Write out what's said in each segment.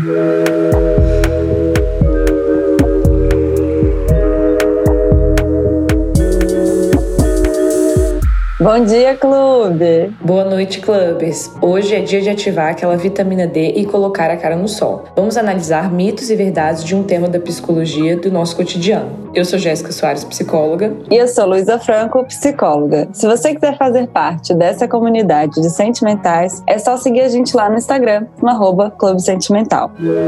Bom dia, clube! Boa noite, clubes! Hoje é dia de ativar aquela vitamina D e colocar a cara no sol. Vamos analisar mitos e verdades de um tema da psicologia do nosso cotidiano. Eu sou Jéssica Soares, psicóloga. E eu sou Luísa Franco, psicóloga. Se você quiser fazer parte dessa comunidade de sentimentais, é só seguir a gente lá no Instagram, no @Clube Sentimental.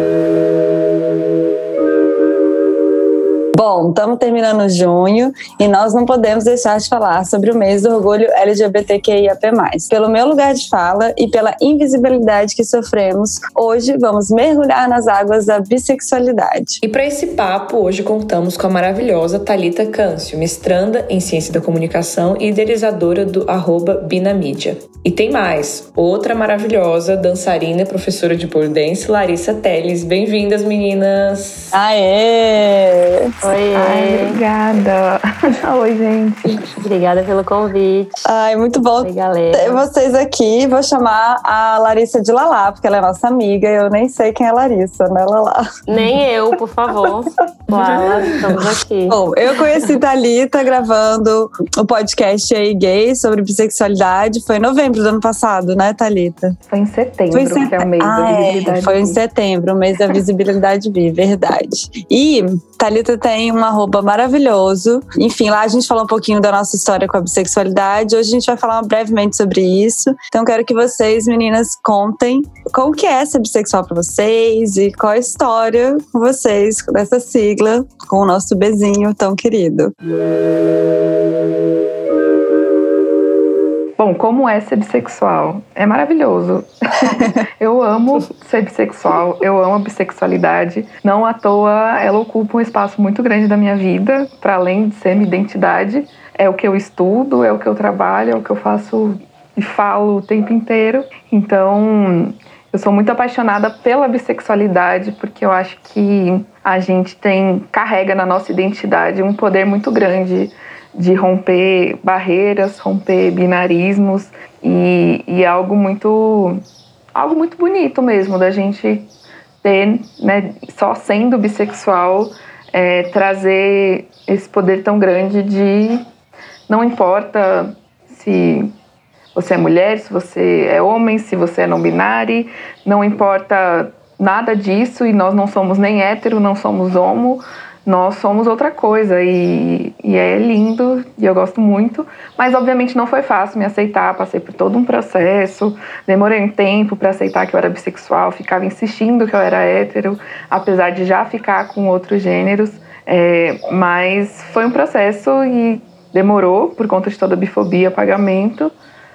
Bom, estamos terminando junho e nós não podemos deixar de falar sobre o mês do orgulho LGBTQIAP+. Pelo meu lugar de fala e pela invisibilidade que sofremos, hoje vamos mergulhar nas águas da bissexualidade. E para esse papo, hoje contamos com a maravilhosa Thalita Câncio, mestranda em Ciência da Comunicação e idealizadora do @Binamídia. E tem mais, outra maravilhosa dançarina e professora de pole dance, Larissa Teles. Bem-vindas, meninas! Aê! Oi, obrigada. Oi, gente. Obrigada pelo convite. Ai, muito bom ter vocês aqui. Vou chamar a Larissa de Lalá, porque ela é nossa amiga e eu nem sei quem é Larissa, né, Lalá? Nem eu, por favor. Lala, estamos aqui. Bom, eu conheci Thalita gravando o podcast aí gay sobre bissexualidade. Foi em novembro do ano passado, né, Thalita? Foi em setembro, que é o mês da visibilidade. Foi em setembro, o mês da visibilidade bi, verdade. E Thalita tem um @ maravilhoso. Enfim, lá a gente falou um pouquinho da nossa história com a bissexualidade. Hoje a gente vai falar brevemente sobre isso. Então quero que vocês, meninas, contem como que é ser bissexual pra vocês e qual a história com vocês dessa sigla, com o nosso bezinho tão querido. Bom, como é ser bissexual? É maravilhoso. Eu amo ser bissexual, eu amo a bissexualidade. Não à toa, ela ocupa um espaço muito grande da minha vida, para além de ser minha identidade. É o que eu estudo, é o que eu trabalho, é o que eu faço e falo o tempo inteiro. Então, eu sou muito apaixonada pela bissexualidade, porque eu acho que a gente carrega na nossa identidade um poder muito grande de romper barreiras, romper binarismos e algo muito bonito mesmo da gente ter, né, só sendo bissexual, trazer esse poder tão grande de não importa se você é mulher, se você é homem, se você é não binário, não importa nada disso, e nós não somos nem hétero, não somos homo, nós somos outra coisa e é lindo e eu gosto muito, mas obviamente não foi fácil me aceitar, passei por todo um processo, demorei um tempo para aceitar que eu era bissexual, ficava insistindo que eu era hétero, apesar de já ficar com outros gêneros, mas foi um processo e demorou por conta de toda a bifobia, apagamento,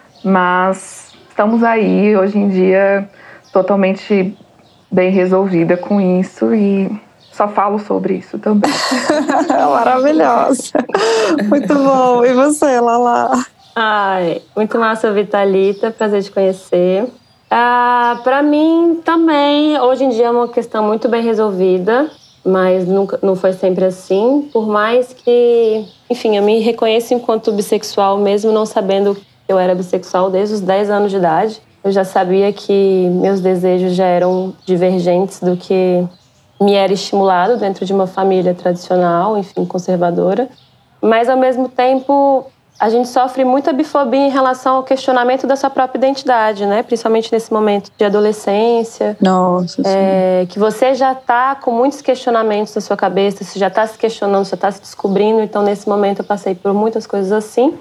mas estamos aí hoje em dia totalmente bem resolvida com isso e só falo sobre isso também. Maravilhosa. Muito bom. E você, Lala? Ai, muito massa ouvir Thalita, prazer te conhecer. Para mim também, hoje em dia é uma questão muito bem resolvida, mas não foi sempre assim. Por mais que, enfim, eu me reconheço enquanto bissexual, mesmo não sabendo que eu era bissexual desde os 10 anos de idade. Eu já sabia que meus desejos já eram divergentes do que me era estimulado dentro de uma família tradicional, enfim, conservadora. Mas, ao mesmo tempo, a gente sofre muita bifobia em relação ao questionamento da sua própria identidade, né? Principalmente nesse momento de adolescência. Nossa, que você já está com muitos questionamentos na sua cabeça, você já está se questionando, você está se descobrindo. Então, nesse momento, eu passei por muitas coisas assim.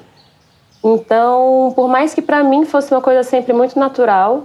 Então, por mais que para mim fosse uma coisa sempre muito natural,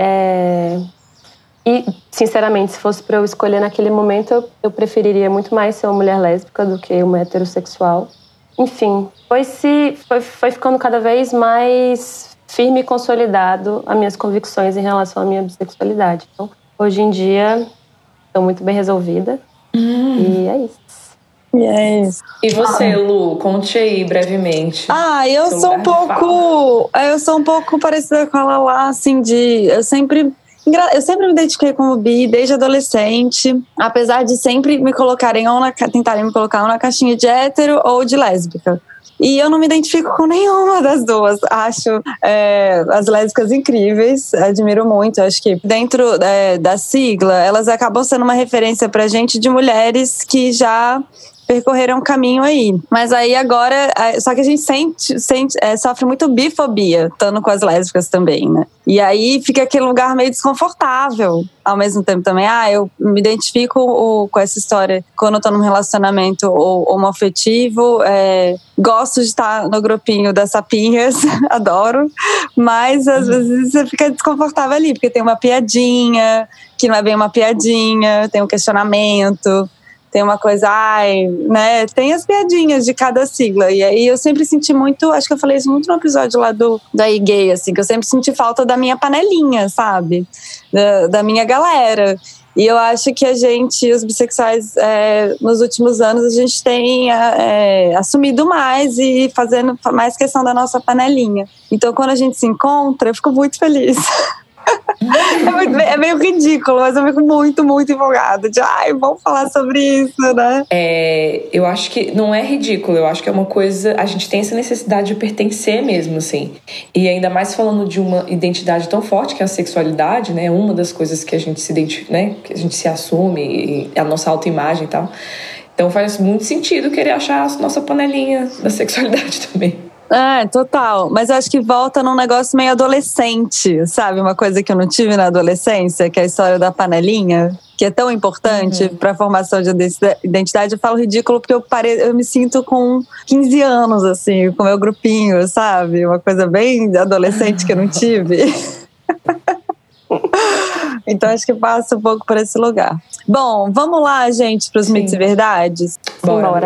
e, sinceramente, se fosse para eu escolher naquele momento, eu preferiria muito mais ser uma mulher lésbica do que uma heterossexual. Enfim, foi ficando cada vez mais firme e consolidado as minhas convicções em relação à minha bissexualidade. Então, hoje em dia, estou muito bem resolvida. E é isso. Yes. E você, Lu, conte aí brevemente. Eu sou um pouco parecida com a Lala, assim, eu sempre Eu sempre me identifiquei como bi desde adolescente, apesar de sempre me colocarem tentarem me colocar ou na caixinha de hétero ou de lésbica. E eu não me identifico com nenhuma das duas. Acho as lésbicas incríveis, admiro muito. Acho que dentro da sigla, elas acabam sendo uma referência pra gente de mulheres que já percorreram um caminho aí. Mas aí agora, só que a gente sofre muito bifobia, estando com as lésbicas também, né? E aí fica aquele lugar meio desconfortável. Ao mesmo tempo também, eu me identifico com essa história quando eu tô num relacionamento homoafetivo, gosto de estar no grupinho das sapinhas, adoro, mas às vezes você fica desconfortável ali, porque tem uma piadinha, que não é bem uma piadinha, tem um questionamento, tem uma coisa, né? Tem as piadinhas de cada sigla. E aí eu sempre senti muito, acho que eu falei isso muito no episódio lá da gay, assim, que eu sempre senti falta da minha panelinha, sabe? Da minha galera. E eu acho que a gente, os bissexuais, nos últimos anos, a gente tem assumido mais e fazendo mais questão da nossa panelinha. Então, quando a gente se encontra, eu fico muito feliz. É meio ridículo, mas eu fico muito, muito empolgada de, vamos falar sobre isso, né? Eu acho que não é ridículo, eu acho que é uma coisa, a gente tem essa necessidade de pertencer mesmo, assim. E ainda mais falando de uma identidade tão forte que é a sexualidade, né? Uma das coisas que a gente se identifica, né? Que a gente se assume, a nossa autoimagem e tal. Então faz muito sentido querer achar a nossa panelinha da sexualidade também. Total. Mas eu acho que volta num negócio meio adolescente, sabe? Uma coisa que eu não tive na adolescência, que é a história da panelinha, que é tão importante para a formação de identidade. Eu falo ridículo porque eu me sinto com 15 anos, assim, com meu grupinho, sabe? Uma coisa bem adolescente que eu não tive. Então acho que passa um pouco por esse lugar. Bom, vamos lá, gente, para os mitos e verdades? Bora.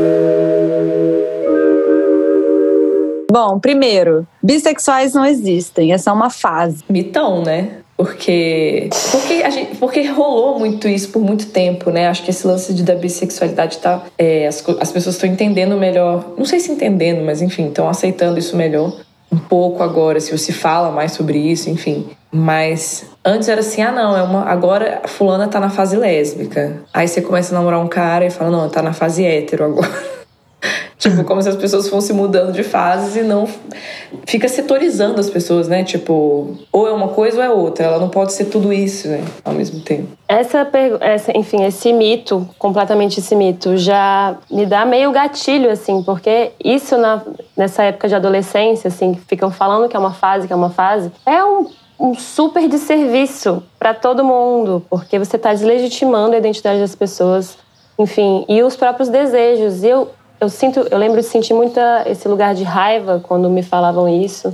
Bom, primeiro, bissexuais não existem, essa é uma fase. Mitão, né? Porque rolou muito isso por muito tempo, né? Acho que esse lance da bissexualidade as pessoas estão entendendo melhor. Não sei se entendendo, mas enfim, estão aceitando isso melhor. Um pouco agora, se fala mais sobre isso, enfim. Mas antes era assim, agora a fulana tá na fase lésbica. Aí você começa a namorar um cara e fala, não, tá na fase hétero agora. Tipo, como se as pessoas fossem mudando de fases e não fica setorizando as pessoas, né? Tipo, ou é uma coisa ou é outra. Ela não pode ser tudo isso, né? Ao mesmo tempo. Esse mito, completamente esse mito, já me dá meio gatilho, assim, porque isso nessa época de adolescência, assim, que ficam falando que é uma fase, é um super desserviço para todo mundo, porque você está deslegitimando a identidade das pessoas, enfim, e os próprios desejos. E eu lembro de sentir muito esse lugar de raiva quando me falavam isso.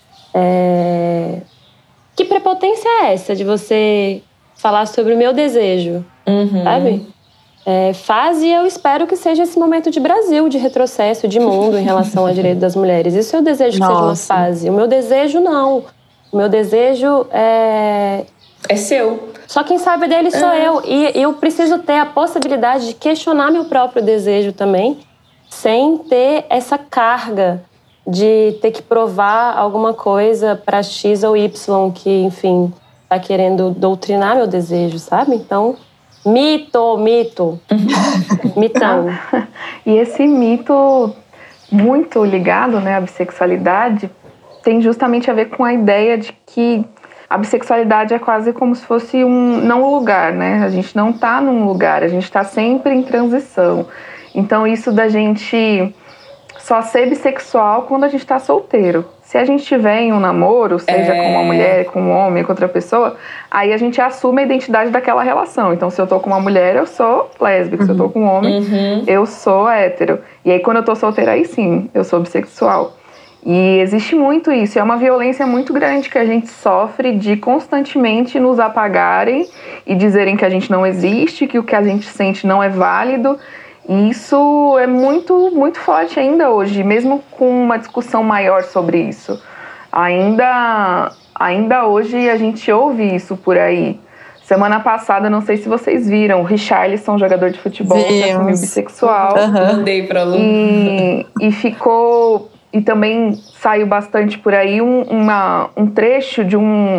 Que prepotência é essa de você falar sobre o meu desejo, sabe? Fase, eu espero que seja esse momento de Brasil, de retrocesso, de mundo em relação ao direito das mulheres. Isso eu desejo que seja uma fase. O meu desejo, não. O meu desejo é seu. Só quem sabe dele sou eu. E eu preciso ter a possibilidade de questionar meu próprio desejo também, sem ter essa carga de ter que provar alguma coisa para X ou Y que, enfim, tá querendo doutrinar meu desejo, sabe? Então, mito. Mitão. E esse mito muito ligado, né, à bissexualidade tem justamente a ver com a ideia de que a bissexualidade é quase como se fosse não um lugar, né? A gente não tá num lugar, a gente tá sempre em transição. Então isso da gente só ser bissexual quando a gente tá solteiro. Se a gente tiver em um namoro, seja com uma mulher, com um homem, com outra pessoa, aí a gente assume a identidade daquela relação. Então se eu tô com uma mulher, eu sou lésbica. Se eu tô com um homem, eu sou hétero. E aí quando eu tô solteira, aí sim, eu sou bissexual. E existe muito isso, é uma violência muito grande que a gente sofre de constantemente nos apagarem e dizerem que a gente não existe, que o que a gente sente não é válido. E isso é muito, muito forte ainda hoje, mesmo com uma discussão maior sobre isso. Ainda hoje a gente ouve isso por aí. Semana passada, não sei se vocês viram, o Richarlison, jogador de futebol, que assumiu bissexual. Mandei pra Lu. E ficou... E também saiu bastante por aí um trecho de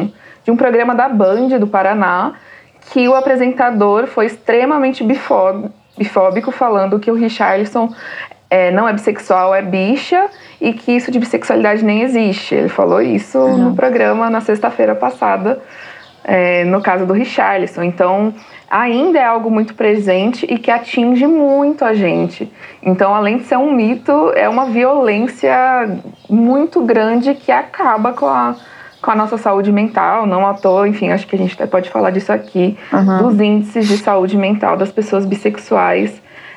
de um programa da Band do Paraná, que o apresentador foi extremamente bifóbico, falando que o Richarlison não é bissexual, é bicha, e que isso de bissexualidade nem existe. Ele falou isso no programa na sexta-feira passada, no caso do Richarlison. Então, ainda é algo muito presente e que atinge muito a gente. Então, além de ser um mito, é uma violência muito grande que acaba com a nossa saúde mental. Não à toa, enfim, acho que a gente até pode falar disso aqui, dos índices de saúde mental das pessoas bissexuais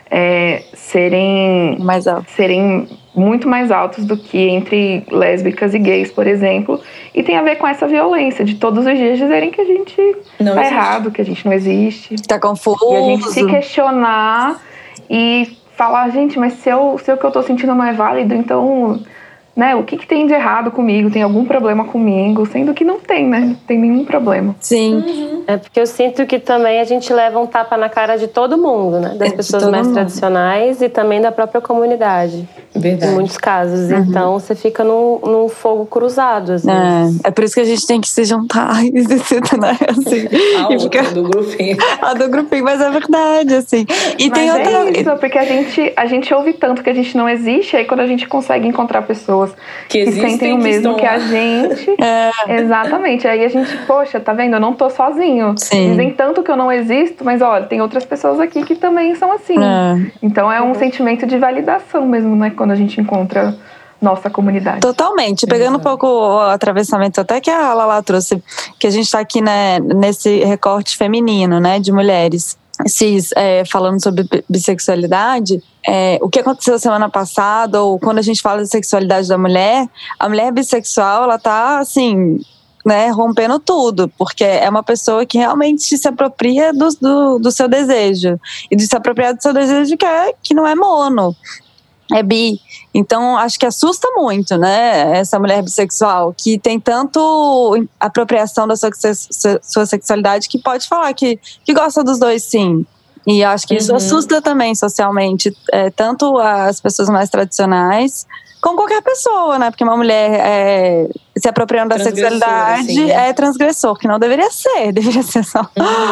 serem muito mais altos do que entre lésbicas e gays, por exemplo. E tem a ver com essa violência de todos os dias dizerem que a gente tá errado, que a gente não existe. Tá confuso. E a gente se questionar e falar, gente, mas se o que eu tô sentindo não é válido, então, né, o que tem de errado comigo? Tem algum problema comigo? Sendo que não tem, né? Não tem nenhum problema. Sim. É porque eu sinto que também a gente leva um tapa na cara de todo mundo, né? Das pessoas mais tradicionais e também da própria comunidade. Verdade. Em muitos casos. Então, você fica num fogo cruzado, às vezes. É por isso que a gente tem que se juntar e né? Assim, a outra do grupinho. A do grupinho, mas é verdade, assim. E mas tem outra... isso, porque a gente ouve tanto que a gente não existe, aí quando a gente consegue encontrar pessoas que sentem o mesmo que a gente... Exatamente. Aí a gente, poxa, tá vendo? Eu não tô sozinho. Sim. Dizem tanto que eu não existo, mas olha, tem outras pessoas aqui que também são assim. Então é um sentimento de validação mesmo, né? Quando a gente encontra nossa comunidade. Totalmente. Pegando um pouco o atravessamento até que a Lala trouxe, que a gente tá aqui, né, nesse recorte feminino, né, de mulheres cis, falando sobre bissexualidade, o que aconteceu semana passada, ou quando a gente fala de sexualidade da mulher, a mulher bissexual, ela tá, assim... né, rompendo tudo, porque é uma pessoa que realmente se apropria do seu desejo, e de se apropriar do seu desejo que não é mono, é bi. Então, acho que assusta muito, né, essa mulher bissexual, que tem tanto apropriação da sua sexualidade, que pode falar que gosta dos dois, sim. E acho que isso assusta também socialmente, tanto as pessoas mais tradicionais, como qualquer pessoa, né? Porque uma mulher se apropriando da sexualidade assim, né? É transgressor, que não deveria ser só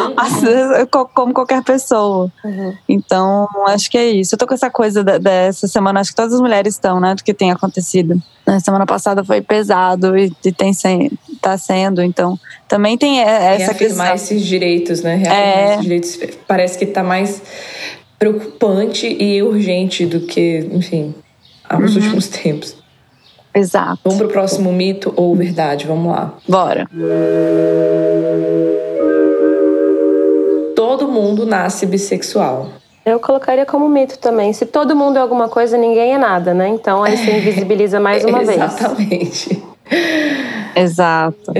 como qualquer pessoa. Então, acho que é isso. Eu tô com essa coisa dessa semana, acho que todas as mulheres estão, né? Do que tem acontecido. Na semana passada foi pesado e tá sendo, então também tem essa questão. Reafirmar esses direitos, né? Reafirmar esses direitos parece que tá mais preocupante e urgente do que, enfim... nos últimos tempos. Exato. Vamos pro próximo mito ou verdade? Vamos lá. Bora. Todo mundo nasce bissexual. Eu colocaria como mito também. Se todo mundo é alguma coisa, ninguém é nada, né? Então aí se invisibiliza mais uma vez. Exatamente. Exato.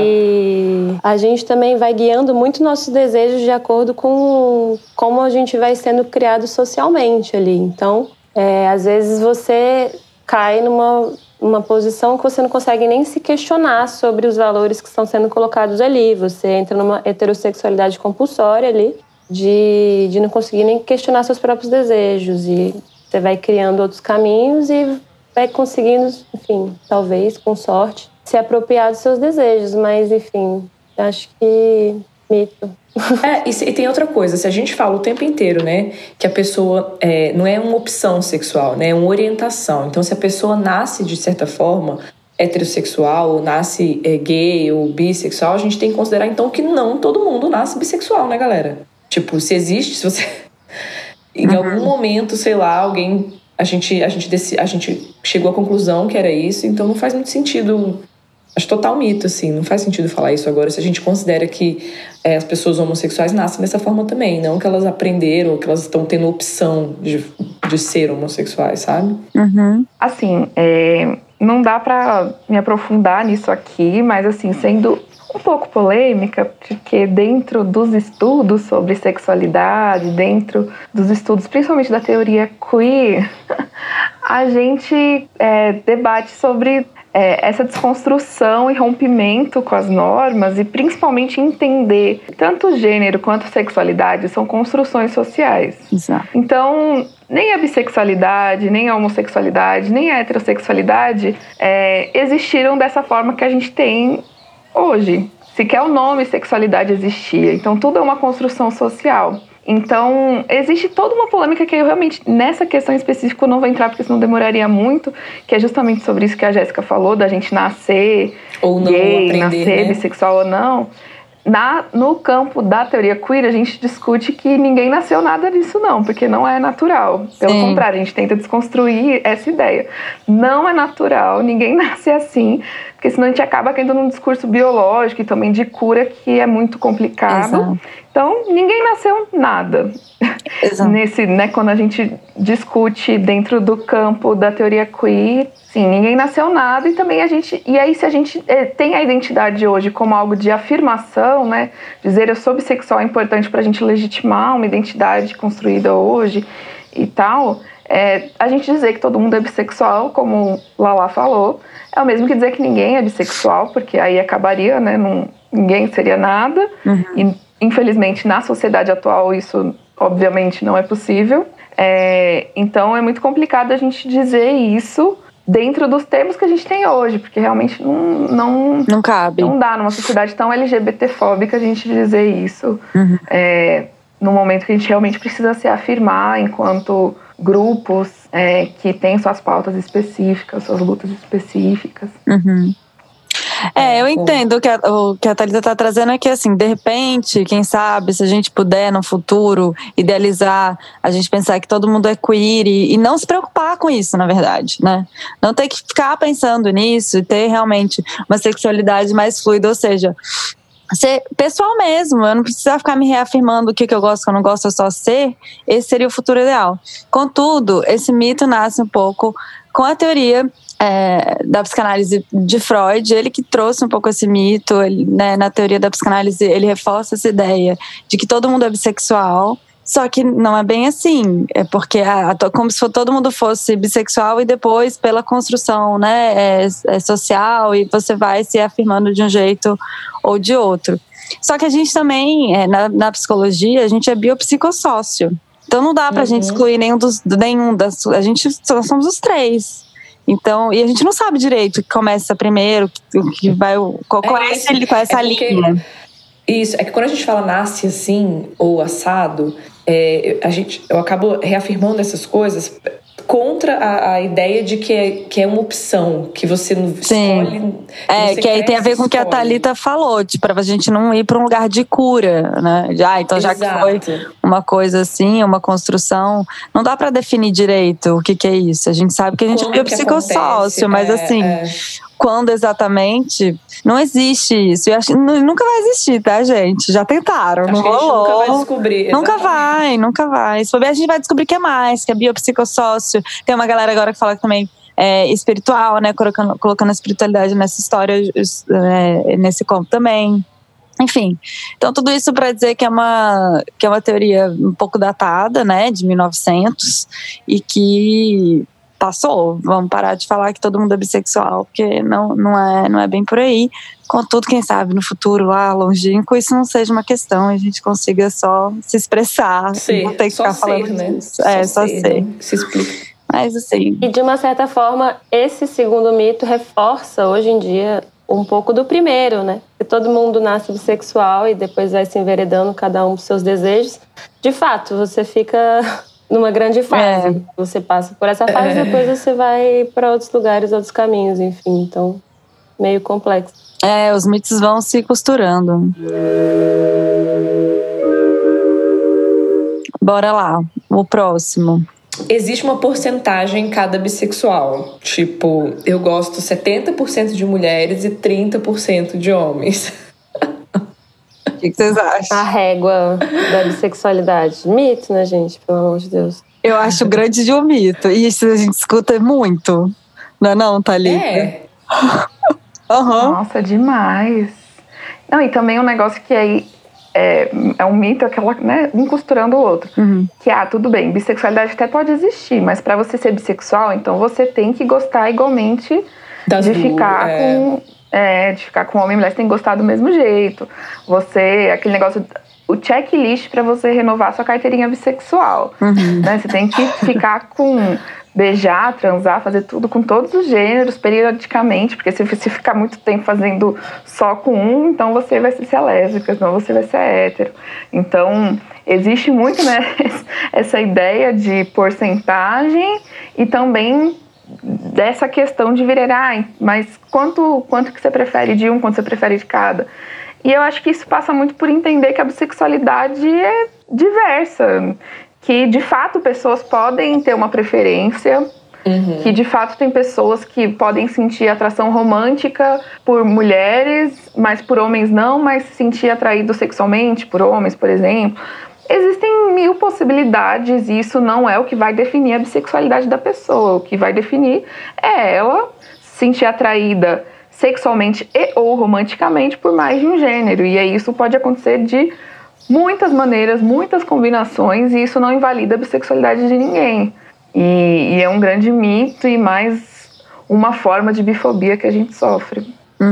E a gente também vai guiando muito nossos desejos de acordo com como a gente vai sendo criado socialmente ali. Então... às vezes você cai numa posição que você não consegue nem se questionar sobre os valores que estão sendo colocados ali. Você entra numa heterossexualidade compulsória ali, de não conseguir nem questionar seus próprios desejos. E você vai criando outros caminhos e vai conseguindo, enfim, talvez, com sorte, se apropriar dos seus desejos. Mas, enfim, acho que mito. E tem outra coisa, se a gente fala o tempo inteiro, né, que a pessoa não é uma opção sexual, né, é uma orientação. Então, se a pessoa nasce, de certa forma, heterossexual, ou nasce gay ou bissexual, a gente tem que considerar, então, que não todo mundo nasce bissexual, né, galera? Tipo, se existe, se você... em algum momento, sei lá, alguém... A gente chegou à conclusão que era isso, então não faz muito sentido... Acho total mito, assim, não faz sentido falar isso agora se a gente considera que as pessoas homossexuais nascem dessa forma também, não que elas aprenderam, que elas estão tendo opção de ser homossexuais, sabe? Assim, não dá pra me aprofundar nisso aqui, mas assim, sendo um pouco polêmica, porque dentro dos estudos sobre sexualidade, dentro dos estudos, principalmente da teoria queer, a gente debate sobre essa desconstrução e rompimento com as normas e principalmente entender tanto gênero quanto sexualidade são construções sociais. Exato. Então, nem a bissexualidade, nem a homossexualidade, nem a heterossexualidade existiram dessa forma que a gente tem hoje. sequer o nome sexualidade existia. Então, tudo é uma construção social. Então, existe toda uma polêmica que eu realmente, nessa questão específica, eu não vou entrar, porque senão demoraria muito, que é justamente sobre isso que a Jéssica falou, da gente nascer ou não gay, aprender, nascer né? bissexual ou não. No campo da teoria queer, a gente discute que ninguém nasceu nada disso não, porque não é natural. Pelo contrário, a gente tenta desconstruir essa ideia. Não é natural, ninguém nasce assim, porque senão a gente acaba caindo num discurso biológico e também de cura que é muito complicado. Exato. Então, ninguém nasceu nada. Exato. Quando a gente discute dentro do campo da teoria queer, sim, ninguém nasceu nada. E também e aí, se a gente tem a identidade hoje como algo de afirmação, né, dizer eu sou bissexual é importante para a gente legitimar uma identidade construída hoje e tal, a gente dizer que todo mundo é bissexual, como Lala falou, é o mesmo que dizer que ninguém é bissexual, porque aí acabaria, né, ninguém seria nada. E infelizmente, na sociedade atual, isso obviamente não é possível. Então, é muito complicado a gente dizer isso dentro dos termos que a gente tem hoje, porque realmente não cabe. Não dá numa sociedade tão LGBTfóbica a gente dizer isso. No momento que a gente realmente precisa se afirmar enquanto grupos que têm suas pautas específicas, suas lutas específicas. Eu entendo o que a Thalita está trazendo é que, assim, de repente, quem sabe, se a gente puder no futuro idealizar, a gente pensar que todo mundo é queer e não se preocupar com isso, na verdade, né? Não ter que ficar pensando nisso e ter realmente uma sexualidade mais fluida, ou seja, ser pessoal mesmo, eu não precisava ficar me reafirmando o que eu gosto, o que eu não gosto, é só ser. Esse seria o futuro ideal. Contudo, esse mito nasce um pouco com a teoria da psicanálise de Freud, ele que trouxe um pouco esse mito, né, na teoria da psicanálise ele reforça essa ideia de que todo mundo é bissexual, só que não é bem assim, é porque como se todo mundo fosse bissexual e depois pela construção, né, social, e você vai se afirmando de um jeito ou de outro. Só que a gente também, na psicologia, a gente é biopsicossócio, então não dá pra gente excluir a gente somos os três. Então, e a gente não sabe direito o que começa primeiro, qual é essa linha. Isso, é que quando a gente fala nasce assim, ou assado, eu acabo reafirmando essas coisas contra a ideia de que é uma opção, que você não escolhe. Que aí tem a ver com o que a Thalita falou, pra gente não ir para um lugar de cura, né? Então já que foi uma coisa assim, uma construção, não dá para definir direito o que é isso. A gente sabe que a gente é biopsicossócio, mas assim, quando exatamente, não existe isso. Eu acho que nunca vai existir, tá, gente? Já tentaram, não rolou. Nunca vai descobrir. Nunca vai. Se for bem, a gente vai descobrir que é mais, que é biopsicossócio. Tem uma galera agora que fala que também é espiritual, né? Colocando a espiritualidade nessa história, nesse campo também. Enfim, então tudo isso para dizer que é uma teoria um pouco datada, né? De 1900 e que passou. Vamos parar de falar que todo mundo é bissexual, porque não é bem por aí. Contudo, quem sabe no futuro lá longínquo isso não seja uma questão e a gente consiga só se expressar, não ter que ficar falando disso. Só ser. Se explica. Mas assim. E de uma certa forma, esse segundo mito reforça hoje em dia um pouco do primeiro, né? Que todo mundo nasce bissexual e depois vai se enveredando cada um dos seus desejos. De fato, você fica numa grande fase. Você passa por essa fase e depois você vai para outros lugares, outros caminhos, enfim. Então, meio complexo. Os mitos vão se costurando. Bora lá, o próximo. Existe uma porcentagem em cada bissexual. Tipo, eu gosto 70% de mulheres e 30% de homens. O que vocês acham? A régua da bissexualidade. Mito, né, gente? Pelo amor de Deus. Eu acho grande de um mito. E isso a gente escuta muito. Não, Thalita? Nossa, demais. Não, e também um negócio que aí é um mito, aquela, né, um costurando o outro. Que, tudo bem, bissexualidade até pode existir, mas pra você ser bissexual, então você tem que gostar igualmente de ficar com homem e mulher, você tem que gostar do mesmo jeito. Aquele negócio o checklist para você renovar sua carteirinha bissexual. Né? Você tem que ficar com... beijar, transar, fazer tudo com todos os gêneros, periodicamente, porque se você ficar muito tempo fazendo só com um, então você vai ser lésbica, senão você vai ser hétero. Então, existe muito, né, essa ideia de porcentagem e também dessa questão de virar, mas quanto que você prefere de um, quanto você prefere de cada? E eu acho que isso passa muito por entender que a bissexualidade é diversa, que de fato pessoas podem ter uma preferência, que de fato tem pessoas que podem sentir atração romântica por mulheres, mas por homens não, mas se sentir atraído sexualmente por homens, por exemplo. Existem 1000 possibilidades e isso não é o que vai definir a bissexualidade da pessoa. O que vai definir é ela se sentir atraída sexualmente e ou romanticamente por mais de um gênero. E aí isso pode acontecer de muitas maneiras, muitas combinações, e isso não invalida a bissexualidade de ninguém. E é um grande mito e mais uma forma de bifobia que a gente sofre.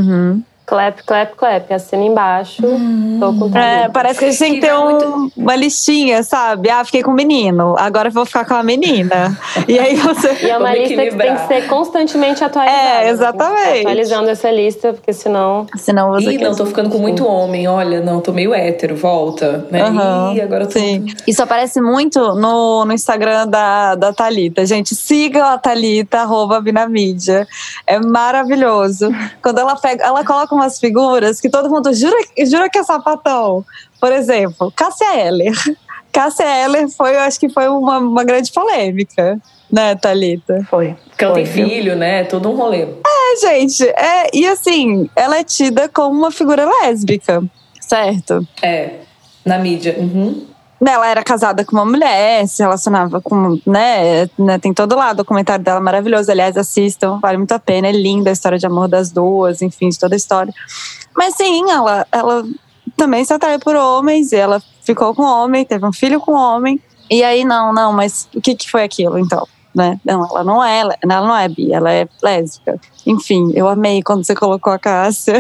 Clap, clap, clap. Assina embaixo. Tô com parece que a gente tem que ter uma listinha, sabe? Ah, fiquei com o menino, agora eu vou ficar com a menina. E aí você... E é uma lista que tem que ser constantemente atualizada. Exatamente. Atualizando essa lista, porque senão você... não, tô ficando com muito homem. Olha, não, tô meio hétero, volta. Né? Agora eu tô... Sim. Isso aparece muito no Instagram da Thalita. Gente, sigam a Thalita, @binamídia. É maravilhoso. Quando ela coloca umas figuras que todo mundo jura que é sapatão. Por exemplo, Cássia Eller. Cássia Eller eu acho que foi uma grande polêmica, né, Thalita? Foi. Porque ela tem filho, né? Todo um rolê. Gente, e assim, ela é tida como uma figura lésbica, certo? Na mídia. Ela era casada com uma mulher, se relacionava com, né, tem todo lá, o documentário dela maravilhoso, aliás, assistam, vale muito a pena, é linda a história de amor das duas, enfim, de toda a história. Mas sim, ela também se atraiu por homens, e ela ficou com homem, teve um filho com homem, e aí mas o que foi aquilo, então? Né? Não, ela não é bi, ela é lésbica. Enfim, eu amei quando você colocou a Cássia.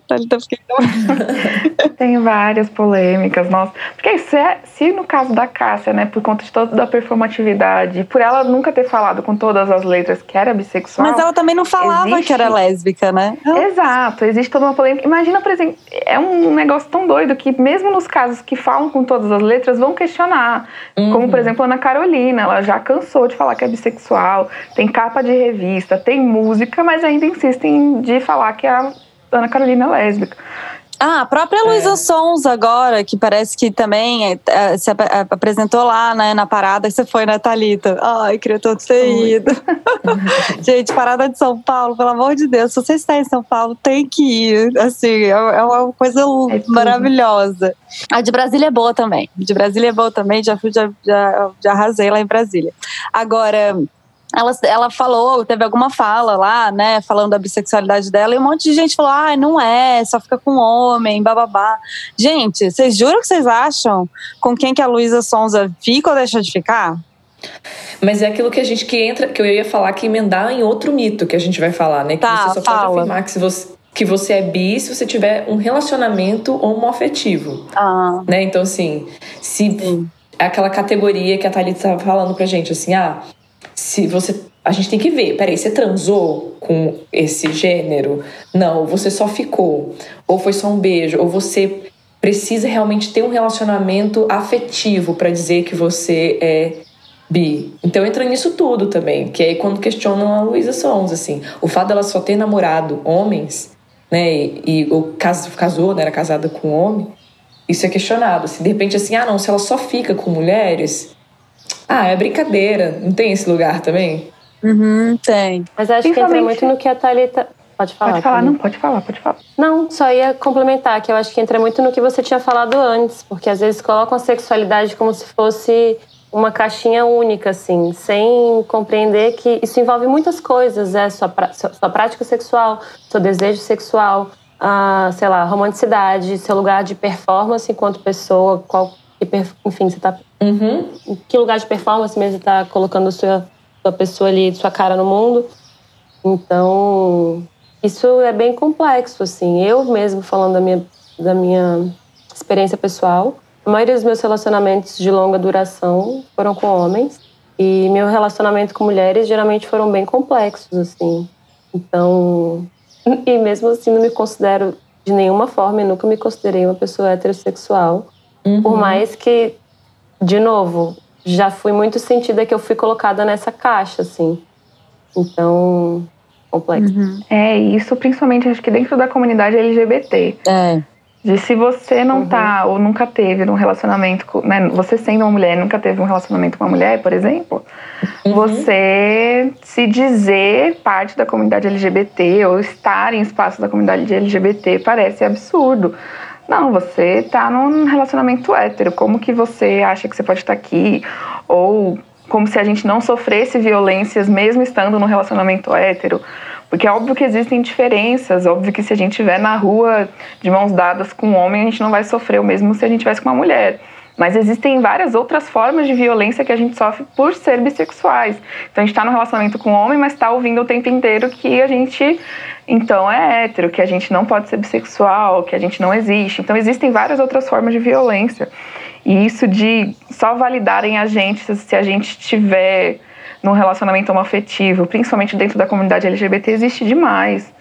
Tem várias polêmicas, nossa. Porque se no caso da Cássia, né, por conta de toda a performatividade, por ela nunca ter falado com todas as letras que era bissexual... Mas ela também não falava que era lésbica, né? Exato, existe toda uma polêmica. Imagina, por exemplo, é um negócio tão doido que mesmo nos casos que falam com todas as letras, vão questionar. Como, por exemplo, a Ana Carolina, ela já cansou de falar que é bissexual, tem capa de revista, tem música, mas ainda insistem de falar que a Ana Carolina é lésbica. A própria Luísa Sons agora, que parece que também se apresentou lá, né, na parada, que você foi, né, Thalita? Ai, queria tanto ter ido. Gente, parada de São Paulo, pelo amor de Deus, se você está em São Paulo, tem que ir. Assim, é uma coisa maravilhosa. A de Brasília é boa também. Já arrasei lá em Brasília. Agora... Ela falou, teve alguma fala lá, né, falando da bissexualidade dela, e um monte de gente falou, não é, só fica com homem, bababá. Gente, vocês juram que vocês acham com quem que a Luísa Sonza fica ou deixa de ficar? Mas é aquilo que que eu ia falar, que emendar em outro mito que a gente vai falar, né, que você só pode afirmar que você é bi se você tiver um relacionamento homoafetivo. Né, então assim, se é aquela categoria que a Thalita estava falando pra gente, assim, a gente tem que ver, peraí, você transou com esse gênero? Não, você só ficou, ou foi só um beijo, ou você precisa realmente ter um relacionamento afetivo para dizer que você é bi. Então entra nisso tudo também, que aí quando questionam a Luísa Sons, assim, o fato dela só ter namorado homens, né, ou casou, né, era casada com um homem, isso é questionado. Se de repente assim, se ela só fica com mulheres... é brincadeira. Não tem esse lugar também? Tem. Mas acho que entra muito no que a Thalita... Pode falar. Pode falar. Não, só ia complementar, que eu acho que entra muito no que você tinha falado antes, porque às vezes colocam a sexualidade como se fosse uma caixinha única, assim, sem compreender que isso envolve muitas coisas, sua prática sexual, seu desejo sexual, sei lá, romanticidade, seu lugar de performance enquanto pessoa, enfim, você tá... Em que lugar de performance mesmo você tá colocando sua pessoa ali, sua cara no mundo. Então, isso é bem complexo, assim. Eu mesmo falando da minha experiência pessoal, A maioria dos meus relacionamentos de longa duração foram com homens. E meu relacionamento com mulheres geralmente foram bem complexos, assim. Então... E mesmo assim não me considero de nenhuma forma, eu nunca me considerei uma pessoa heterossexual. Por mais que, de novo, já fui muito sentida que eu fui colocada nessa caixa, assim. Então, complexo. É isso, principalmente acho que dentro da comunidade LGBT. De se você não tá, ou nunca teve um relacionamento com, né, você sendo uma mulher, nunca teve um relacionamento com uma mulher, por exemplo, você se dizer parte da comunidade LGBT ou estar em espaço da comunidade LGBT parece absurdo. Não, você tá num relacionamento hétero, como que você acha que você pode estar aqui? Ou como se a gente não sofresse violências mesmo estando num relacionamento hétero. Porque é óbvio que existem diferenças, óbvio que se a gente estiver na rua de mãos dadas com um homem, a gente não vai sofrer o mesmo se a gente estivesse com uma mulher. Mas existem várias outras formas de violência que a gente sofre por ser bissexuais. Então a gente está num relacionamento com um homem, mas está ouvindo o tempo inteiro que a gente, então, é hétero, que a gente não pode ser bissexual, que a gente não existe. Então existem várias outras formas de violência. E isso de só validarem a gente se a gente tiver num relacionamento homoafetivo, principalmente dentro da comunidade LGBT, existe demais.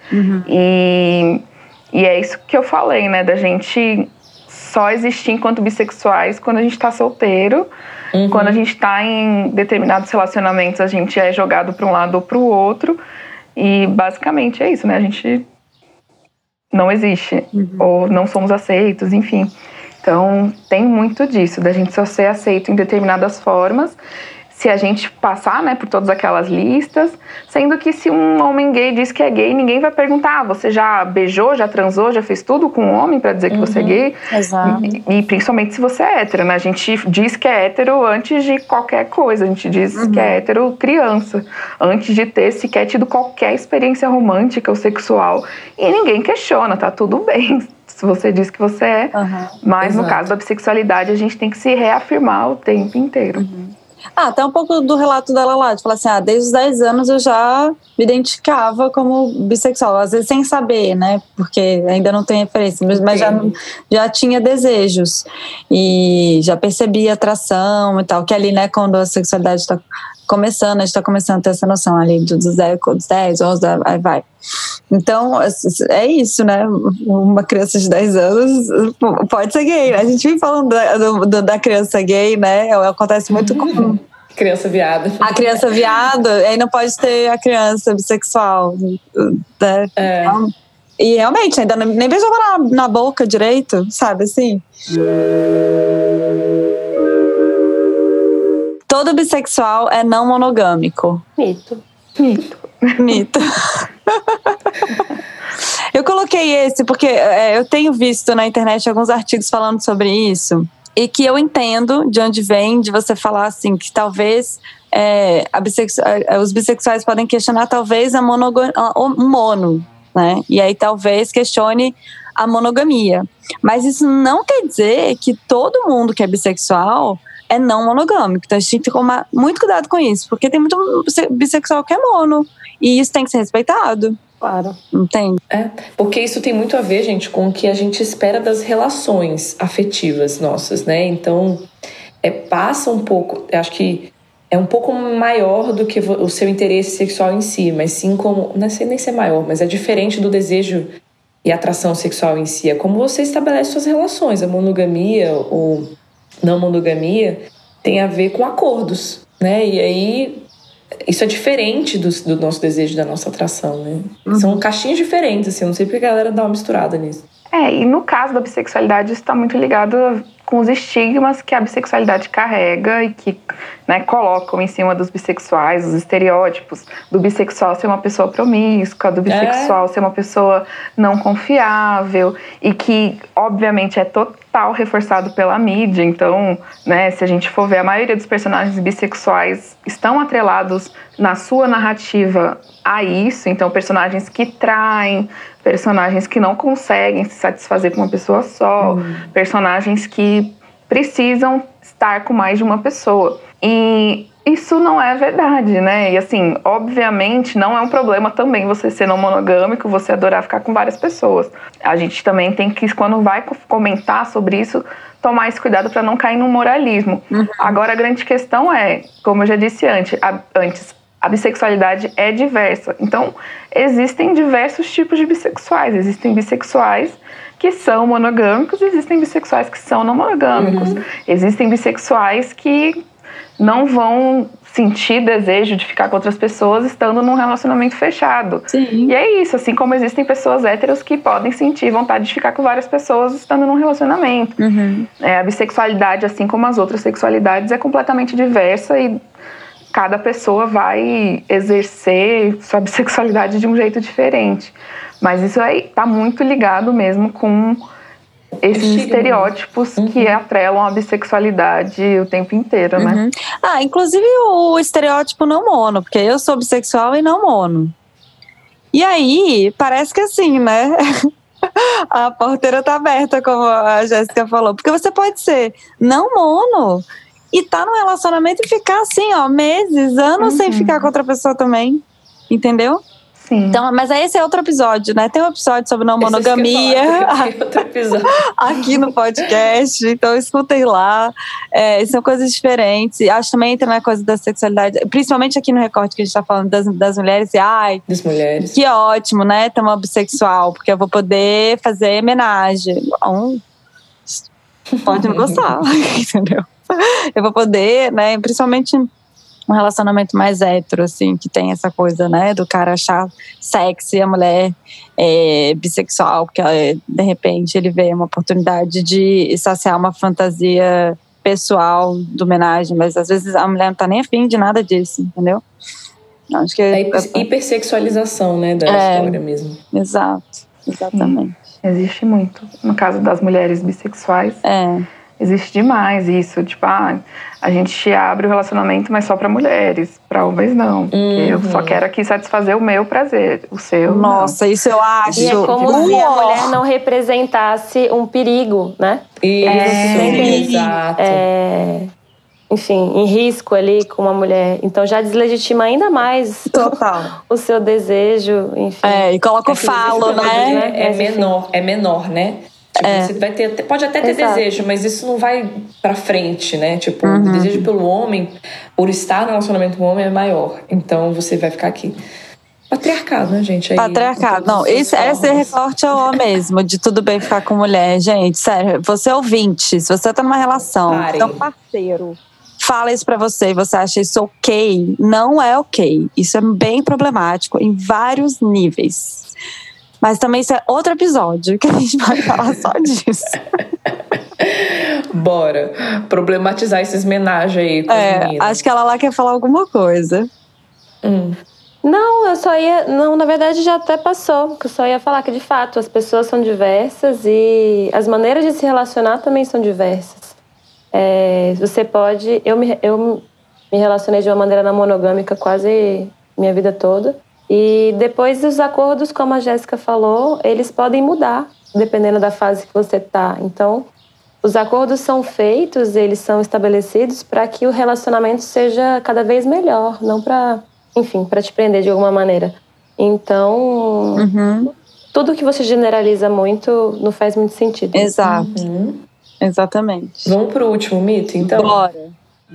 E é isso que eu falei, né? Da gente só existir enquanto bissexuais quando a gente tá solteiro. Quando a gente tá em determinados relacionamentos, a gente é jogado para um lado ou para o outro. E basicamente é isso, né? A gente não existe. Ou não somos aceitos, enfim. Então, tem muito disso, da gente só ser aceito em determinadas formas, se a gente passar, né, por todas aquelas listas, sendo que se um homem gay diz que é gay, ninguém vai perguntar, você já beijou, já transou, já fez tudo com um homem pra dizer que você é gay? Exato. E principalmente se você é hétero, né? A gente diz que é hétero antes de qualquer coisa, a gente diz que é hétero criança, antes de ter sequer tido qualquer experiência romântica ou sexual, e ninguém questiona, tá tudo bem se você diz que você é, mas no caso da bissexualidade a gente tem que se reafirmar o tempo inteiro. Até um pouco do relato dela lá, de falar assim, desde os 10 anos eu já me identificava como bissexual, às vezes sem saber, né, porque ainda não tem referência, mas já tinha desejos e já percebia atração e tal, que ali, né, quando a sexualidade está começando, a gente está começando a ter essa noção ali dos 10, 11, aí vai. Então, é isso, né? Uma criança de 10 anos pode ser gay, né? A gente vem falando da criança gay, né? Acontece muito com... Criança viada. A criança viada, aí não pode ter a criança bissexual, né? E realmente, ainda nem beijava na boca direito, sabe assim? Todo bissexual é não monogâmico. Mito. Eu coloquei esse porque eu tenho visto na internet alguns artigos falando sobre isso e que eu entendo de onde vem de você falar assim que talvez os bissexuais podem questionar talvez o mono, né? E aí talvez questione a monogamia. Mas isso não quer dizer que todo mundo que é bissexual é não monogâmico. Então a gente tem que tomar muito cuidado com isso, porque tem muito bissexual que é mono. E isso tem que ser respeitado. Claro. Entende? Porque isso tem muito a ver, gente, com o que a gente espera das relações afetivas nossas, né? Então, passa um pouco, eu acho que é um pouco maior do que o seu interesse sexual em si, mas sim como, não sei nem se é maior, mas é diferente do desejo e atração sexual em si. É como você estabelece suas relações. A monogamia ou não monogamia tem a ver com acordos, né? E aí isso é diferente do nosso desejo, da nossa atração, né? São caixinhas diferentes, assim, eu não sei porque a galera dá uma misturada nisso. E no caso da bissexualidade, isso está muito ligado com os estigmas que a bissexualidade carrega e que, né, colocam em cima dos bissexuais, os estereótipos do bissexual ser uma pessoa promíscua, do bissexual ser uma pessoa não confiável e que, obviamente, é total reforçado pela mídia. Então, né, se a gente for ver, a maioria dos personagens bissexuais estão atrelados na sua narrativa a isso. Então, personagens que traem, personagens que não conseguem se satisfazer com uma pessoa só, personagens que precisam estar com mais de uma pessoa. E Isso não é verdade, né? E assim, obviamente não é um problema também você ser não monogâmico, você adorar ficar com várias pessoas. A gente também tem que, quando vai comentar sobre isso, tomar esse cuidado para não cair no moralismo. Agora, a grande questão é, como eu já disse antes, a bissexualidade é diversa. Então, existem diversos tipos de bissexuais. Existem bissexuais que são monogâmicos, existem bissexuais que são não monogâmicos. Existem bissexuais que não vão sentir desejo de ficar com outras pessoas estando num relacionamento fechado. Sim. E é isso, assim como existem pessoas héteros que podem sentir vontade de ficar com várias pessoas estando num relacionamento. A bissexualidade, assim como as outras sexualidades, é completamente diversa e cada pessoa vai exercer sua bissexualidade de um jeito diferente. Mas isso aí tá muito ligado mesmo com esses estereótipos que atrelam a bissexualidade o tempo inteiro, né? Inclusive o estereótipo não mono, porque eu sou bissexual e não mono. E aí, parece que assim, né? A porteira tá aberta, como a Jéssica falou. Porque você pode ser não mono e tá num relacionamento e ficar assim, ó, meses, anos sem ficar com outra pessoa também. Entendeu? Sim. Então, mas esse é outro episódio, né? Tem um episódio sobre não monogamia outro episódio. aqui no podcast, então escutem lá. São coisas diferentes. Acho que também entra na coisa da sexualidade, principalmente aqui no recorte que a gente tá falando das mulheres. E das mulheres. Que ótimo, né? Ter uma bissexual, porque eu vou poder fazer homenagem. Pode não gostar, entendeu? Eu vou poder, né? Principalmente um relacionamento mais hétero, assim, que tem essa coisa, né, do cara achar sexy a mulher bissexual, porque de repente ele vê uma oportunidade de saciar uma fantasia pessoal de homenagem, mas às vezes a mulher não tá nem afim de nada disso, entendeu? Acho que a hipersexualização, né, da história mesmo. Exato, exatamente. Existe muito. No caso das mulheres bissexuais, existe demais isso, tipo, a gente abre o relacionamento, mas só pra mulheres, pra homens não. Eu só quero aqui satisfazer o meu prazer, o seu Nossa, não. Isso eu acho. E é como se a mulher não representasse um perigo, né? Exato. Enfim, em risco ali com uma mulher. Então já deslegitima ainda mais o seu desejo, enfim. E coloca o falo, né? É menor, né? Tipo, você vai ter, pode até ter desejo, mas isso não vai pra frente, né? Tipo, o desejo pelo homem, por estar no relacionamento com o homem, é maior. Então você vai ficar aqui. Patriarcado, né, gente? Patriarcado. Não, esse recorte é o mesmo, de tudo bem ficar com mulher. Gente, sério, você é ouvinte, se você tá numa relação, você é um parceiro, fala isso pra você e você acha isso ok, não é ok. Isso é bem problemático em vários níveis. Mas também isso é outro episódio que a gente vai falar só disso. Bora problematizar esses homenagens aí com as meninas. Acho que ela lá quer falar alguma coisa. Não, eu só ia... Não, na verdade já até passou. Eu só ia falar que, de fato, as pessoas são diversas e as maneiras de se relacionar também são diversas. Você pode... Eu me relacionei de uma maneira não monogâmica quase minha vida toda. E depois os acordos, como a Jéssica falou, eles podem mudar, dependendo da fase que você está. Então, os acordos são feitos, eles são estabelecidos para que o relacionamento seja cada vez melhor, não para, enfim, para te prender de alguma maneira. Então, tudo que você generaliza muito não faz muito sentido. Exato. Exatamente. Vamos pro último mito, então? Bora.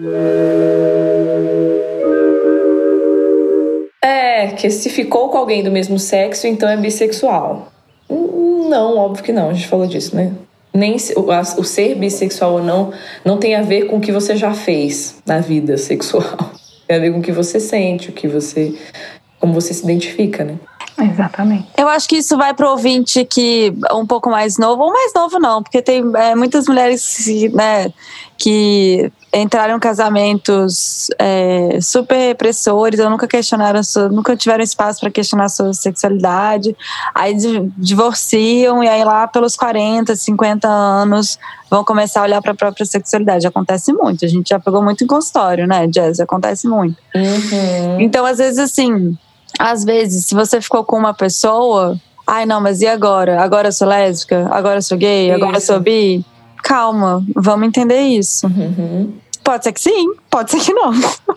Que se ficou com alguém do mesmo sexo, então é bissexual. Não, óbvio que não, a gente falou disso, né? Nem o ser bissexual ou não tem a ver com o que você já fez na vida sexual. Tem a ver com o que você sente, como você se identifica, né? Exatamente. Eu acho que isso vai pro ouvinte que é um pouco mais novo, ou mais novo não, porque tem muitas mulheres que entraram em casamentos super repressores, ou nunca tiveram espaço para questionar a sua sexualidade, aí divorciam e aí lá pelos 40, 50 anos vão começar a olhar para a própria sexualidade. Acontece muito, a gente já pegou muito em consultório, né, Jazz? Acontece muito. Então, às vezes, assim, se você ficou com uma pessoa, não, mas e agora? Agora eu sou lésbica? Agora eu sou gay? Agora eu sou bi? Calma, vamos entender isso. Pode ser que sim, pode ser que não.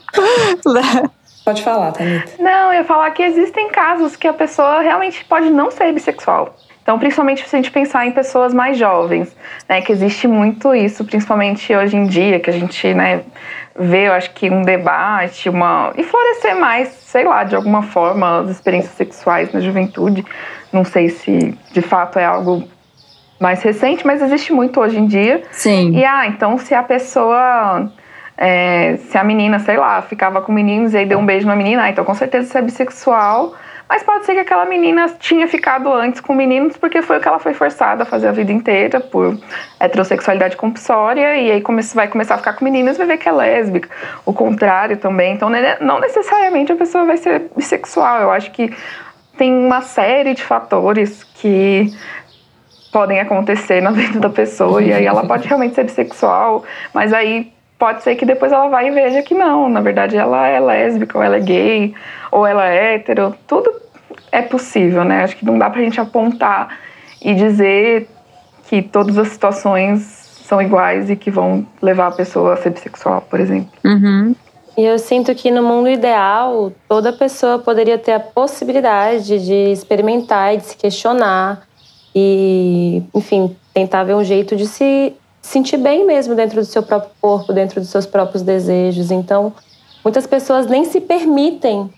Pode falar, Thalita. Não, eu ia falar que existem casos que a pessoa realmente pode não ser bissexual. Então, principalmente se a gente pensar em pessoas mais jovens, né, que existe muito isso, principalmente hoje em dia, que a gente, né, vê, eu acho que um debate, e florescer mais, sei lá, de alguma forma, as experiências sexuais na juventude. Não sei se, de fato, é algo mais recente, mas existe muito hoje em dia. Sim. E, então, se a pessoa... se a menina, sei lá, ficava com meninos e aí deu um beijo na menina, então com certeza você é bissexual. Mas pode ser que aquela menina tinha ficado antes com meninos porque foi o que ela foi forçada a fazer a vida inteira por heterossexualidade compulsória, e aí vai começar a ficar com meninas e vai ver que é lésbica. O contrário também. Então, não necessariamente a pessoa vai ser bissexual. Eu acho que tem uma série de fatores que podem acontecer na vida da pessoa, e aí ela pode realmente ser bissexual, mas aí pode ser que depois ela vá e veja que não, na verdade ela é lésbica, ou ela é gay, ou ela é hétero. Tudo é possível, né? Acho que não dá pra gente apontar e dizer que todas as situações são iguais e que vão levar a pessoa a ser bissexual, por exemplo. Uhum. E eu sinto que no mundo ideal, toda pessoa poderia ter a possibilidade de experimentar e de se questionar e, enfim, tentar ver um jeito de se sentir bem mesmo dentro do seu próprio corpo, dentro dos seus próprios desejos. Então, muitas pessoas nem se permitem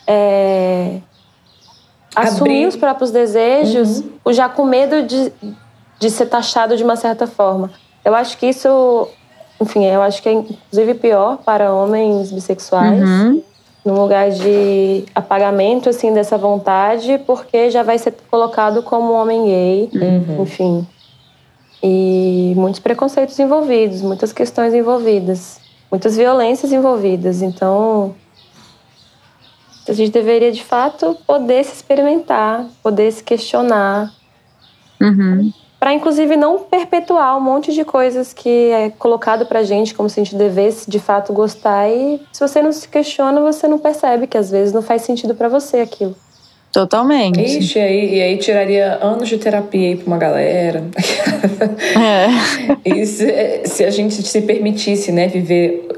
assumir os próprios desejos, já com medo de ser taxado de uma certa forma. Eu acho que isso, enfim, eu acho que é inclusive pior para homens bissexuais, num lugar de apagamento, assim, dessa vontade, porque já vai ser colocado como um homem gay, enfim. E muitos preconceitos envolvidos, muitas questões envolvidas, muitas violências envolvidas. Então, a gente deveria, de fato, poder se experimentar, poder se questionar. Para, inclusive, não perpetuar um monte de coisas que é colocado pra gente como se a gente devesse, de fato, gostar. E se você não se questiona, você não percebe que, às vezes, não faz sentido pra você aquilo. Totalmente. Ixi, e aí tiraria anos de terapia aí pra uma galera. E se a gente se permitisse, né, viver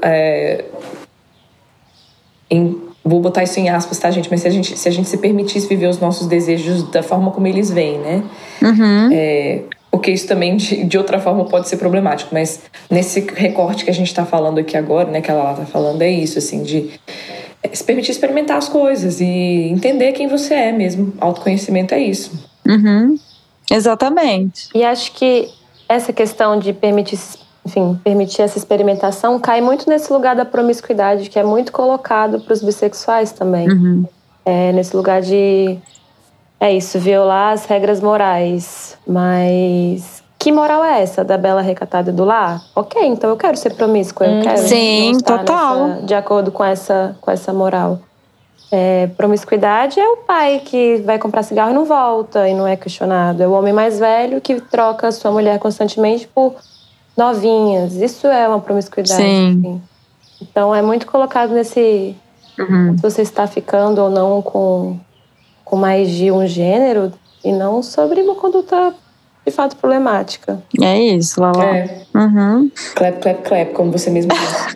vou botar isso em aspas, tá, gente? Mas se a gente se permitisse viver os nossos desejos da forma como eles vêm, né? Porque isso também, de outra forma, pode ser problemático. Mas nesse recorte que a gente tá falando aqui agora, né, que ela tá falando, é isso, assim, de se permitir experimentar as coisas e entender quem você é mesmo. Autoconhecimento é isso. Exatamente. E acho que essa questão de permitir essa experimentação cai muito nesse lugar da promiscuidade, que é muito colocado para os bissexuais também. Nesse lugar de, violar as regras morais. Mas que moral é essa da bela recatada do lar? Ok, então eu quero ser promíscua, eu quero Sim, não estar total. de acordo com essa moral. Promiscuidade é o pai que vai comprar cigarro e não volta e não é questionado. É o homem mais velho que troca sua mulher constantemente por novinhas. Isso é uma promiscuidade. Sim. Enfim. Então é muito colocado nesse... Se você está ficando ou não com mais de um gênero e não sobre uma conduta de fato problemática. É isso, Lala. Clap, clap, clap, como você mesmo disse.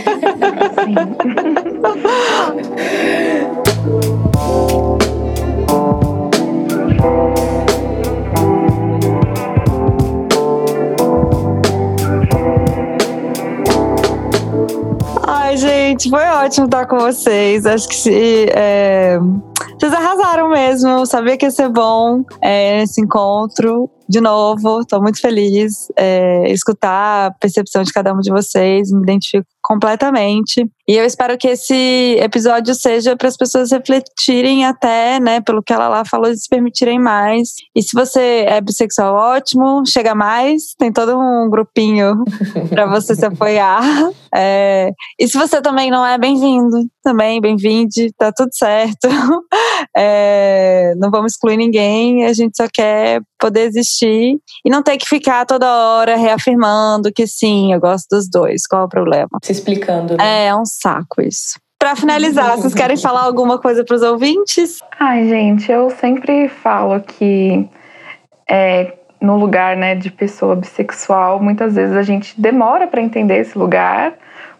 Ai, gente, foi ótimo estar com vocês. Acho que vocês arrasaram mesmo. Sabia que ia ser bom esse encontro. De novo, estou muito feliz escutar a percepção de cada um de vocês, me identifico completamente. E eu espero que esse episódio seja para as pessoas refletirem até, né, pelo que ela lá falou, de se permitirem mais. E se você é bissexual, ótimo, chega mais, tem todo um grupinho para você se apoiar. E se você também não é, bem-vindo, também, bem-vinde, tá tudo certo. Não vamos excluir ninguém, a gente só quer poder existir e não ter que ficar toda hora reafirmando que sim, eu gosto dos dois, qual é o problema? Se explicando, né? É um saco isso. Pra finalizar, vocês querem falar alguma coisa pros ouvintes? Ai, gente, eu sempre falo que no lugar, né, de pessoa bissexual, muitas vezes a gente demora pra entender esse lugar,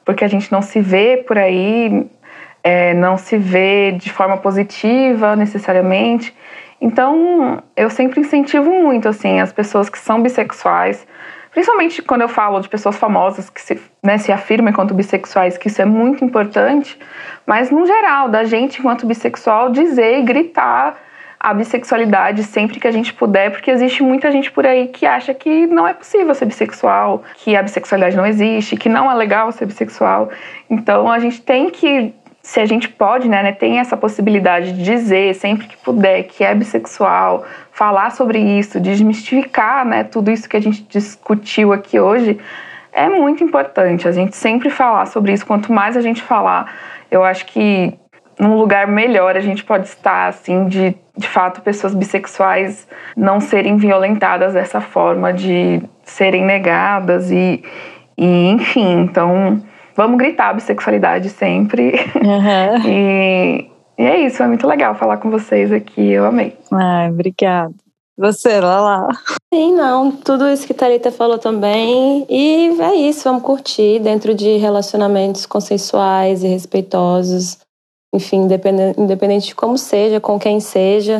porque a gente não se vê por aí, não se vê de forma positiva necessariamente. Então, eu sempre incentivo muito, assim, as pessoas que são bissexuais, principalmente quando eu falo de pessoas famosas que se afirmam enquanto bissexuais, que isso é muito importante, mas, no geral, da gente, enquanto bissexual, dizer e gritar a bissexualidade sempre que a gente puder, porque existe muita gente por aí que acha que não é possível ser bissexual, que a bissexualidade não existe, que não é legal ser bissexual. Então, a gente tem que, se a gente pode, né, tem essa possibilidade de dizer sempre que puder que é bissexual, falar sobre isso, desmistificar, né, tudo isso que a gente discutiu aqui hoje, é muito importante. A gente sempre falar sobre isso. Quanto mais a gente falar, eu acho que num lugar melhor a gente pode estar, assim, de fato, pessoas bissexuais não serem violentadas dessa forma, de serem negadas e enfim, então vamos gritar a bissexualidade sempre. Uhum. E é isso, é muito legal falar com vocês aqui, eu amei. Ai, obrigada. Você, Lala? Sim, não, tudo isso que a Thalita falou também. E é isso, vamos curtir dentro de relacionamentos consensuais e respeitosos. Enfim, independente de como seja, com quem seja.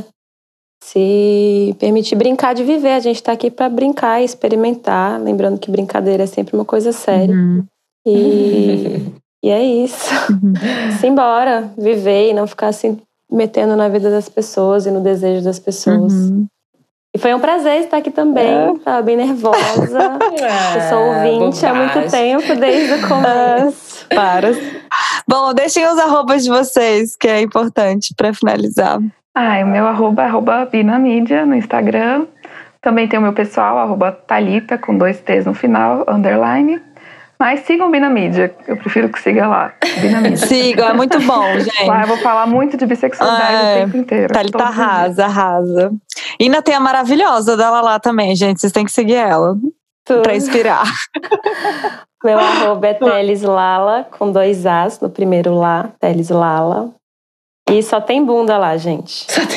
Se permitir brincar de viver. A gente tá aqui para brincar e experimentar. Lembrando que brincadeira é sempre uma coisa séria. Uhum. E é isso. Simbora viver e não ficar assim metendo na vida das pessoas e no desejo das pessoas. Uhum. E foi um prazer estar aqui também. Tava bem nervosa. Eu sou ouvinte há muito tempo, desde o começo. Bom, deixem os arrobas de vocês, que é importante para finalizar. O meu arroba é @binamídia no Instagram. Também tem o meu pessoal, @Thalita, com 2 T's no final, _. Mas sigam o Binamídia, eu prefiro que siga lá. Binamídia. Sigam, é muito bom, gente. Lá eu vou falar muito de bissexualidade o tempo inteiro. Thalita arrasa. E ainda tem a maravilhosa da Lala também, gente. Vocês têm que seguir ela pra inspirar. Meu arroba é Teles Lala, com 2 As no primeiro lá, Teles Lala. E só tem bunda lá, gente. Só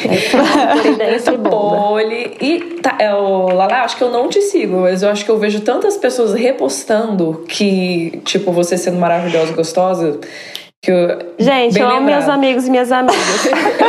tem pole. E Lala, acho que eu não te sigo, mas eu acho que eu vejo tantas pessoas repostando que, tipo, você sendo maravilhosa e gostosa, que eu... Gente, eu amo meus amigos e minhas amigas.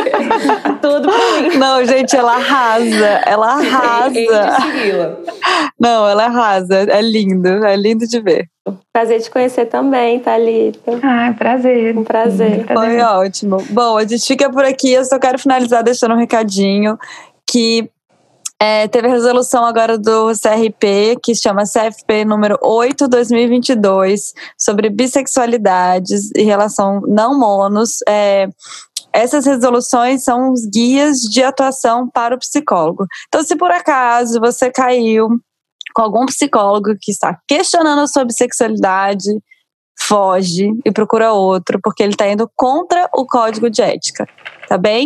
Tudo pra mim. Não, gente, ela arrasa. Ela arrasa. Hei de segui-la. Não, ela arrasa. É lindo de ver. Prazer te conhecer também, Thalita. Prazer. Um prazer. Foi ótimo. Bom, a gente fica por aqui. Eu só quero finalizar deixando um recadinho que teve a resolução agora do CRP, que se chama CFP número 8/2022, sobre bissexualidades e relação não monos. Essas resoluções são os guias de atuação para o psicólogo. Então, se por acaso você caiu com algum psicólogo que está questionando a sua bissexualidade, foge e procura outro, porque ele está indo contra o código de ética, tá bem?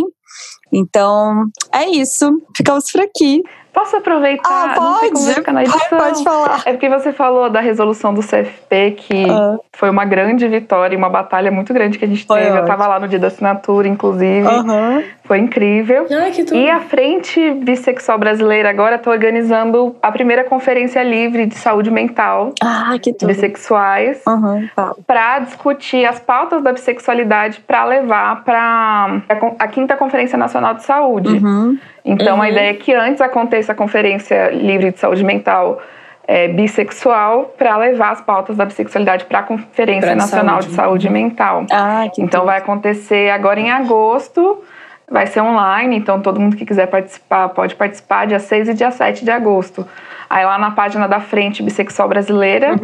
Então, é isso. Ficamos por aqui. Posso aproveitar? Não sei como vai ficar na edição. Pode falar. É porque você falou da resolução do CFP, que foi uma grande vitória e uma batalha muito grande que a gente teve. Ótimo. Eu estava lá no dia da assinatura, inclusive. Foi incrível. Ai, que tudo. E a Frente Bissexual Brasileira agora está organizando a primeira conferência livre de saúde mental Que tudo. bissexuais para discutir as pautas da bissexualidade para levar para a 5ª Conferência Nacional de Saúde. Então, a ideia é que antes aconteça a Conferência Livre de Saúde Mental bissexual para levar as pautas da bissexualidade para a Conferência Nacional de Saúde Mental. Então, vai acontecer agora em agosto, vai ser online, então todo mundo que quiser participar pode participar dia 6 e dia 7 de agosto. Aí lá na página da Frente Bissexual Brasileira,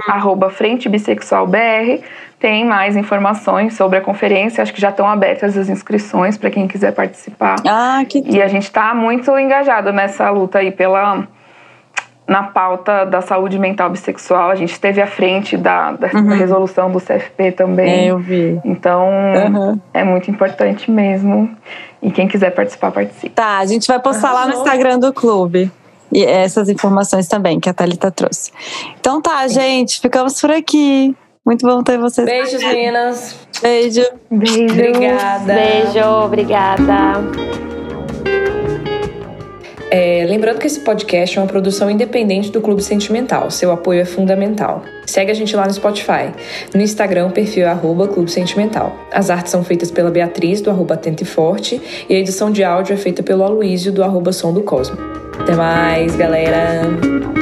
@FrenteBissexualBR, tem mais informações sobre a conferência. Acho que já estão abertas as inscrições para quem quiser participar. E a gente está muito engajado nessa luta aí na pauta da saúde mental bissexual. A gente esteve à frente da resolução do CFP também. Eu vi. Então, é muito importante mesmo. E quem quiser participar, participe. Tá, a gente vai postar lá no Instagram do clube. E essas informações também que a Thalita trouxe. Então tá, gente, ficamos por aqui. Muito bom ter vocês. Beijos, meninas. Beijo. Obrigada. Beijo, obrigada. Lembrando que esse podcast é uma produção independente do Clube Sentimental. Seu apoio é fundamental. Segue a gente lá no Spotify. No Instagram, o perfil é @Clube Sentimental. As artes são feitas pela Beatriz, do @Atento e Forte, e a edição de áudio é feita pelo Aloísio, do @Som do Cosmo. Até mais, galera!